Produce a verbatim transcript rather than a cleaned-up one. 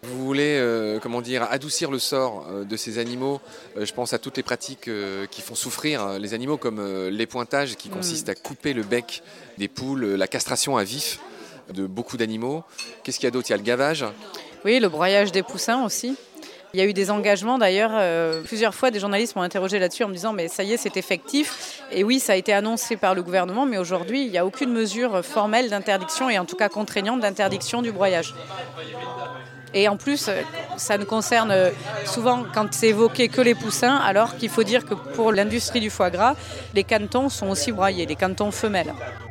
Vous voulez, euh, comment dire, adoucir le sort euh, de ces animaux. Euh, je pense à toutes les pratiques euh, qui font souffrir hein, les animaux, comme euh, l'épointage, qui consiste à couper le bec des poules, euh, la castration à vif de beaucoup d'animaux. Qu'est-ce qu'il y a d'autre? Il y a le gavage. Oui, le broyage des poussins aussi. Il y a eu des engagements d'ailleurs, euh, plusieurs fois des journalistes m'ont interrogé là-dessus en me disant mais ça y est c'est effectif. Et oui, ça a été annoncé par le gouvernement, mais aujourd'hui il n'y a aucune mesure formelle d'interdiction et en tout cas contraignante d'interdiction du broyage. Et en plus, ça ne concerne souvent quand c'est évoqué que les poussins, alors qu'il faut dire que pour l'industrie du foie gras, les canetons sont aussi broyés, les canetons femelles.